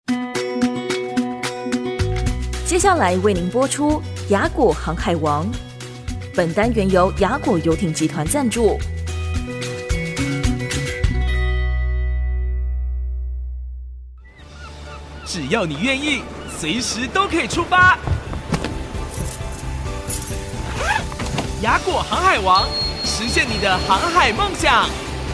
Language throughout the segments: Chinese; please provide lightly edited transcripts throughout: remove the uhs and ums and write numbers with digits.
接下来为您播出雅果航海王，本单元由雅果游艇集团赞助。 只要你愿意，随时都可以出发。雅果航海王，实现你的航海梦想。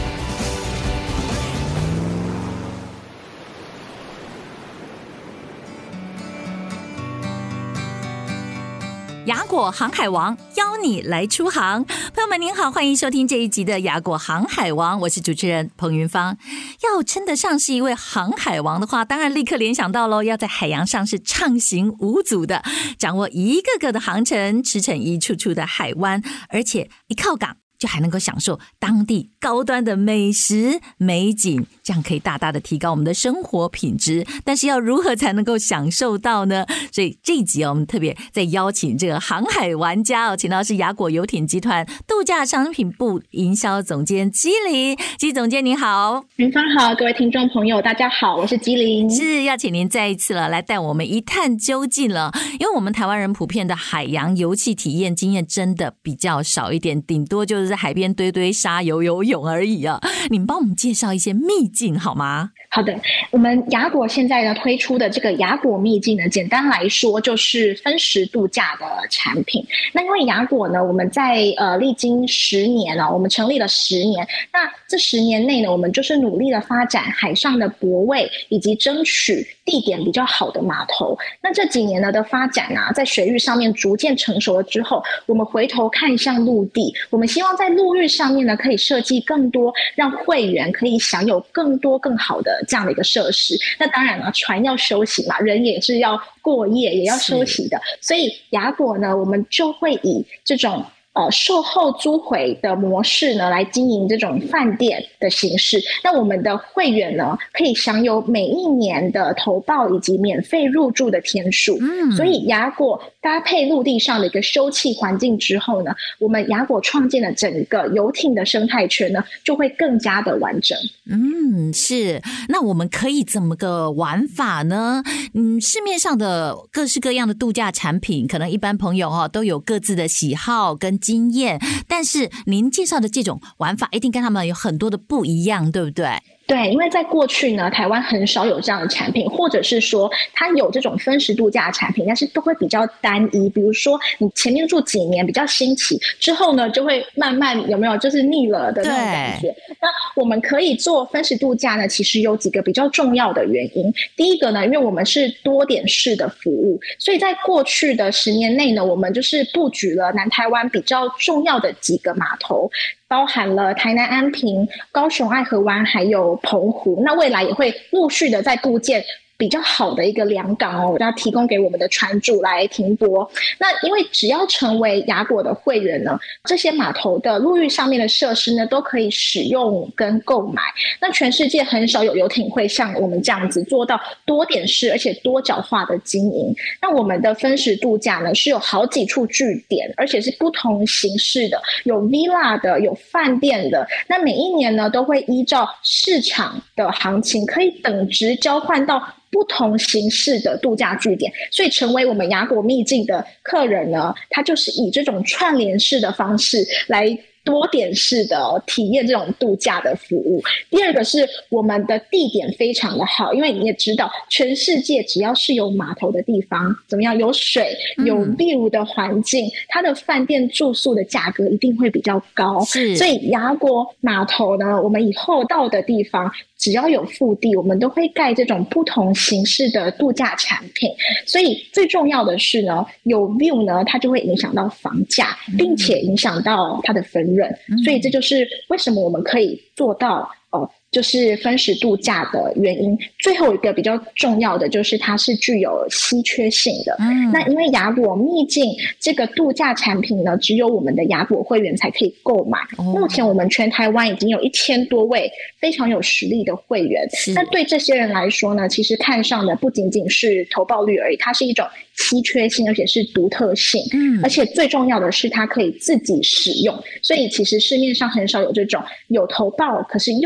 雅果航海王邀你来出航，朋友们您好，欢迎收听这一集的雅果航海王，我是主持人彭云芳。要称得上是一位航海王的话，当然立刻联想到咯，要在海洋上是畅行无阻的，掌握一个个的航程，驰骋一处处的海湾，而且一靠港就还能够享受当地高端的美食美景，这样可以大大的提高我们的生活品质。但是要如何才能够享受到呢？所以这一集我们特别在邀请这个航海玩家请到是雅果游艇集团度假商品部营销总监基林。基总监您好。 云芳好，各位听众朋友大家好，我是基林。 是要请您再一次来带我们一探究竟了，因为我们台湾人普遍的海洋游憩体验经验真的比较少一点，顶多就是在海边堆堆沙游泳而已啊！你们帮我们介绍一些秘境好吗？ 好的，我们雅果现在呢推出的这个雅果秘境呢，简单来说就是分时度假的产品。那因为雅果呢，我们在历经10年我们成立了10年，那这10年内呢，我们就是努力的发展海上的泊位，以及争取地点比较好的码头。那这几年呢的发展在水域上面逐渐成熟了之后，我们回头看向陆地，我们希望在陆域上面呢可以设计更多让会员可以享有更多更好的这样的一个设施。那当然了，船要休息嘛，人也是要过夜也要休息的，所以雅果呢，我们就会以这种售后租回的模式呢，来经营这种饭店的形式。那我们的会员呢，可以享有每一年的投报以及免费入住的天数。所以雅果搭配陆地上的一个休憩环境之后呢，我们雅果创建的整个游艇的生态圈呢，就会更加的完整。 是。那我们可以怎么个玩法呢？市面上的各式各样的度假产品，可能一般朋友都有各自的喜好跟经验，但是您介绍的这种玩法一定跟他们有很多的不一样，对不对？ 对，因为在过去呢，台湾很少有这样的产品，或者是说它有这种分时度假的产品，但是都会比较单一。比如说你前面住几年比较新奇，之后呢就会慢慢有没有就是腻了的那种感觉。那我们可以做分时度假呢，其实有几个比较重要的原因。第一个呢，因为我们是多点式的服务，所以在过去的10年内呢，我们就是布局了南台湾比较重要的几个码头，包含了台南安平、高雄爱河湾还有澎湖。那未来也会陆续的在布建比较好的一个良港要提供给我们的船主来停泊。那因为只要成为雅果的会员呢，这些码头的陆域上面的设施呢都可以使用跟购买。那全世界很少有游艇会像我们这样子做到多点式而且多角化的经营。那我们的分时度假呢是有好几处据点，而且是不同形式的，有 villa 的，有饭店的。那每一年呢都会依照市场的行情，可以等值交换到不同形式的度假据点。所以成为我们雅果秘境的客人呢，他就是以这种串联式的方式来多点式的体验这种度假的服务。第二个是我们的地点非常的好，因为你也知道全世界只要是有码头的地方，怎么样，有水有 view 的环境，它的饭店住宿的价格一定会比较高。所以雅果码头呢，我们以后到的地方只要有腹地，我们都会盖这种不同形式的度假产品。所以最重要的是呢，有 view 呢，它就会影响到房价，并且影响到它的分润。所以这就是为什么我们可以做到就是分时度假的原因。最后一个比较重要的就是它是具有稀缺性的。那因为雅果秘境这个度假产品呢，只有我们的雅果会员才可以购买。目前我们全台湾已经有1000多位非常有实力的会员。那对这些人来说呢，其实看上的不仅仅是投报率而已，它是一种稀缺性，而且是独特性。而且最重要的是它可以自己使用。所以其实市面上很少有这种有投报可是又可以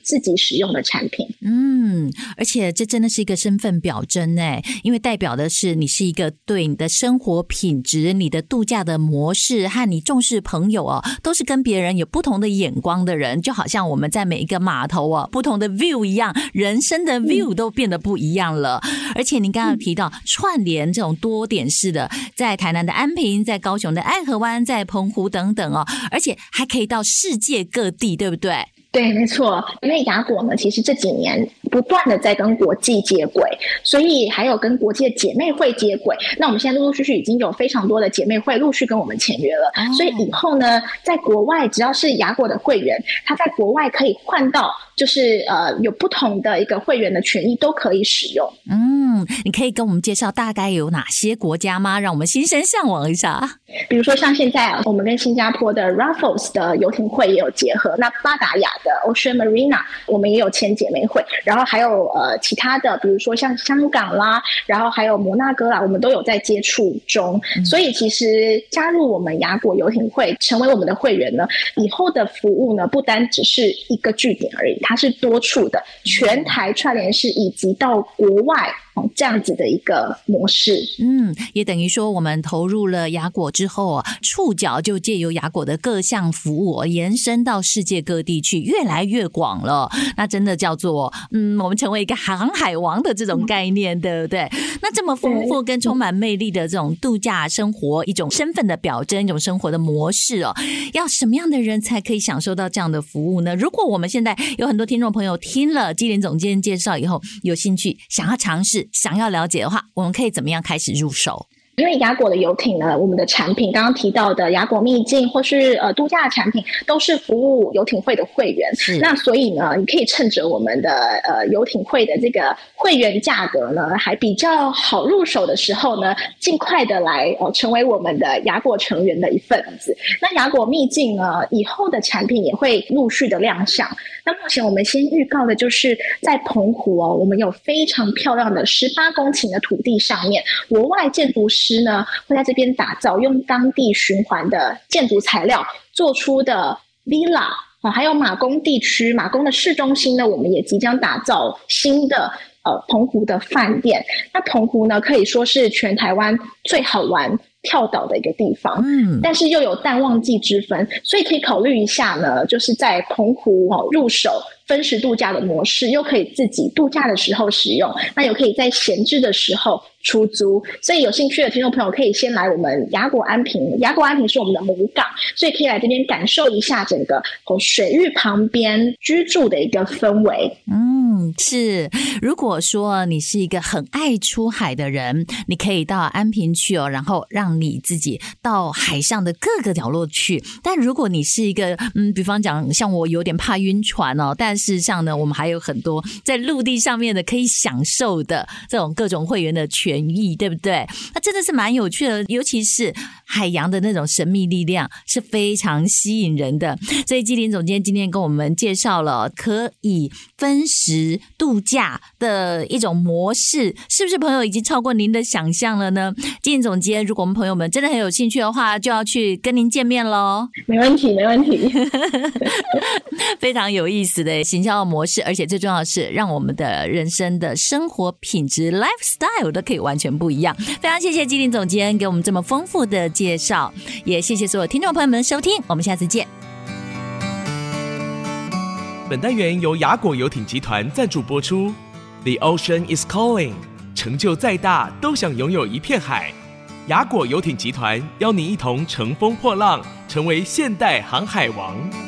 自己使用的产品。 而且这真的是一个身份表征耶，因为代表的是你是一个对你的生活品质、你的度假的模式和你重视朋友都是跟别人有不同的眼光的人，就好像我们在每一个码头不同的 view 一样，人生的 view 都变得不一样了。而且您刚刚提到串联这种多点式的，在台南的安平，在高雄的爱河湾，在澎湖等等而且还可以到世界各地，对不对？ 对，没错，因为雅果呢，其实这几年不断的在跟国际接轨，所以还有跟国际的姐妹会接轨。那我们现在陆陆续续已经有非常多的姐妹会陆续跟我们签约了，所以以后呢，在国外只要是雅果的会员，他在国外可以换到就是有不同的一个会员的权益都可以使用。 你可以跟我们介绍大概有哪些国家吗？让我们心生向往一下。 比如说像现在我们跟新加坡的 Raffles 的游艇会也有结合，那巴达雅的 Ocean Marina 我们也有签姐妹会，然后还有其他的比如说像香港啦，然后还有摩纳哥啦，我们都有在接触中。所以其实加入我们雅果游艇会成为我们的会员呢，以后的服务呢不单只是一个据点而已，它是多处的全台串联式以及到国外这样子的一个模式。 也等于说我们投入了雅果之后触角就借由雅果的各项服务延伸到世界各地去，越来越广了。那真的叫做我们成为一个航海王的这种概念，对不对？那这么丰富跟充满魅力的这种度假生活，一种身份的表征，一种生活的模式要什么样的人才可以享受到这样的服务呢？如果我们现在有很多听众朋友听了基林总监介绍以后有兴趣想要尝试想要了解的话，我们可以怎么样开始入手？ 因为雅果的游艇呢，我们的产品刚刚提到的雅果秘境或是度假的产品都是服务游艇会的会员，那所以呢，你可以趁着我们的游艇会的这个会员价格呢还比较好入手的时候呢，尽快的来成为我们的雅果成员的一份子。那雅果秘境呢，以后的产品也会陆续的亮相。那目前我们先预告的就是在澎湖我们有非常漂亮的18公顷的土地上面，国外建筑师呢会在这边打造用当地循环的建筑材料做出的 villa， 还有马公地区，马公的市中心呢，我们也即将打造新的澎湖的饭店。那澎湖呢可以说是全台湾最好玩跳岛的一个地方，但是又有淡旺季之分，所以可以考虑一下呢，就是在澎湖入手分时度假的模式，又可以自己度假的时候使用，那又可以在闲置的时候出租。所以有兴趣的听众朋友可以先来我们雅果安平，雅果安平是我们的母港，所以可以来这边感受一下整个水域旁边居住的一个氛围。 是，如果说你是一个很爱出海的人，你可以到安平去然后让你自己到海上的各个角落去。但如果你是一个比方讲像我有点怕晕船但事实上呢，我们还有很多在陆地上面的可以享受的这种各种会员的权益，对不对？那真的是蛮有趣的，尤其是海洋的那种神秘力量是非常吸引人的。所以基林总监今天跟我们介绍了可以分时度假的一种模式，是不是朋友已经超过您的想象了呢？基林总监，如果我们朋友们真的很有兴趣的话，就要去跟您见面咯。 没问题没问题非常有意思的行销模式，而且最重要的是让我们的人生的生活品质 lifestyle 都可以完全不一样。非常谢谢基林总监给我们这么丰富的介绍，也谢谢所有听众朋友们的收听，我们下次见。 本单元由雅果游艇集团赞助播出。 The ocean is calling， 成就再大都想拥有一片海。雅果游艇集团邀您一同乘风破浪，成为现代航海王。